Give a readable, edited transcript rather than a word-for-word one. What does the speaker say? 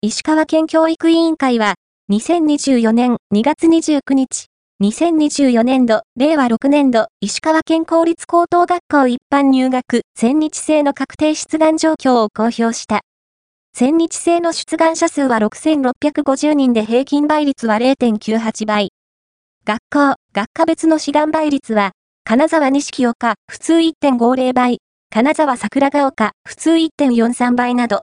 石川県教育委員会は、2024年2月29日、2024年度、令和6年度、石川県公立高等学校一般入学、全日制の確定出願状況を公表した。全日制の出願者数は6650人で平均倍率は 0.98 倍。学科別の志願倍率は、金沢錦丘、普通 1.50 倍、金沢桜ヶ丘、普通 1.43 倍など、